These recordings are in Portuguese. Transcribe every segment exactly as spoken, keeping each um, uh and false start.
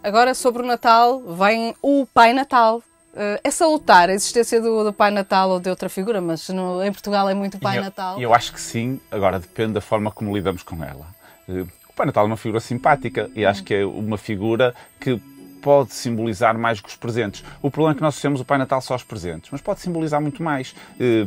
Agora, sobre o Natal, vem o Pai Natal. Uh, é salutar a existência do, do Pai Natal ou de outra figura, mas no, em Portugal é muito o Pai eu, Natal. Eu acho que sim, agora depende da forma como lidamos com ela. Uh, o Pai Natal é uma figura simpática e acho que é uma figura que pode simbolizar mais que os presentes. O problema é que nós associamos o Pai Natal só aos presentes, mas pode simbolizar muito mais. Uh,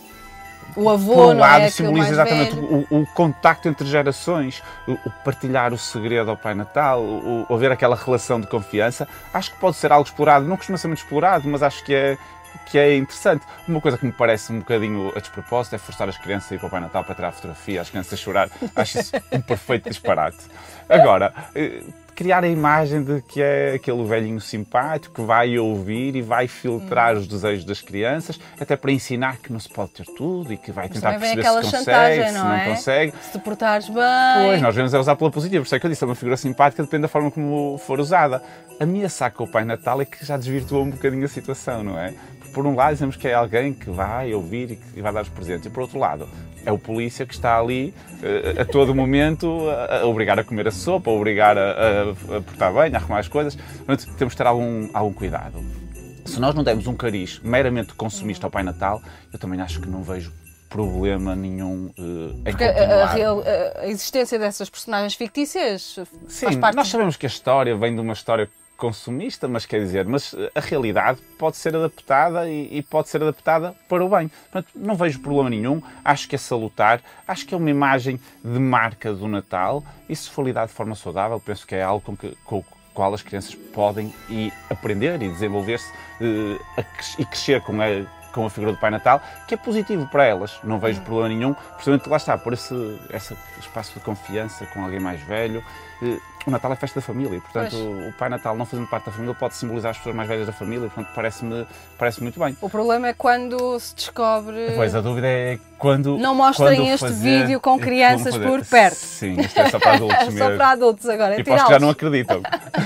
O avô, Por um não lado, é? simboliza exatamente o, o contacto entre gerações, o, o partilhar o segredo ao Pai Natal, o, o haver aquela relação de confiança. Acho que pode ser algo explorado, não costuma ser muito explorado, mas acho que é, que é interessante. Uma coisa que me parece um bocadinho a despropósito é forçar as crianças a ir para o Pai Natal para tirar a fotografia, as crianças a chorar. Acho isso um perfeito disparate. Agora, criar a imagem de que é aquele velhinho simpático que vai ouvir e vai filtrar hum. os desejos das crianças, até para ensinar que não se pode ter tudo e que vai Mas tentar perceber aquela se chantagem, consegue, não se não é? consegue. Se te portares bem... Pois, nós devemos é usar pela positiva, por isso é que eu disse, é uma figura simpática, depende da forma como for usada. Ameaçar com o Pai Natal é que já desvirtuou um bocadinho a situação, não é? Porque por um lado dizemos que é alguém que vai ouvir e que vai dar os presentes, e por outro lado é o polícia que está ali a, a todo momento a, a obrigar a comer a sopa, a obrigar a, a, a portar bem, a arrumar as coisas. Portanto, temos de ter algum, algum cuidado. Se nós não demos um cariz meramente consumista ao Pai Natal, eu também acho que não vejo problema nenhum uh, em Porque continuar. A, a, real, a existência dessas personagens fictícias Sim, faz parte... nós sabemos que a história vem de uma história consumista, mas quer dizer, mas a realidade pode ser adaptada e, e pode ser adaptada para o bem. Portanto, não vejo problema nenhum, acho que é salutar, acho que é uma imagem de marca do Natal e se for lidado de forma saudável, penso que é algo com que com o qual as crianças podem e aprender e desenvolver-se uh, e crescer com a com a figura do Pai Natal, que é positivo para elas. Não vejo problema nenhum, precisamente lá está, por esse, esse espaço de confiança com alguém mais velho. O Natal é festa da família, portanto, pois. O Pai Natal, não fazendo parte da família, pode simbolizar as pessoas mais velhas da família, portanto, parece-me parece muito bem. O problema é quando se descobre... Pois, a dúvida é quando... Não mostrem quando este fazer, vídeo com crianças por perto. Sim, isto é só para adultos mesmo. Só para adultos agora, é e para os que já não acreditam.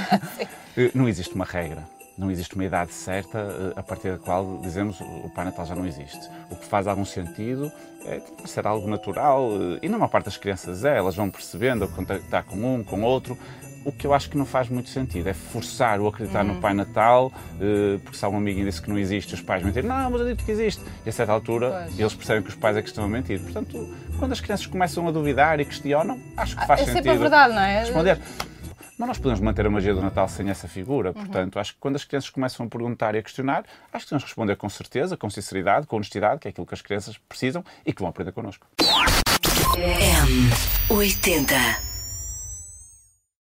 Não existe uma regra. Não existe uma idade certa a partir da qual dizemos o Pai Natal já não existe. O que faz algum sentido é ser algo natural e na maior parte das crianças é, elas vão percebendo, contactar com um, com outro. O que eu acho que não faz muito sentido é forçar o acreditar uhum. no Pai Natal, porque se algum amigo disse que não existe, os pais vão dizer, não, mas eu digo que existe. E a certa altura pois. Eles percebem que os pais é que estão a mentir. Portanto, quando as crianças começam a duvidar e questionam, acho que faz é sentido sempre a verdade, não é? responder. Mas nós podemos manter a magia do Natal sem essa figura, portanto, uhum. acho que quando as crianças começam a perguntar e a questionar, acho que devemos responder com certeza, com sinceridade, com honestidade, que é aquilo que as crianças precisam e que vão aprender connosco. M oitenta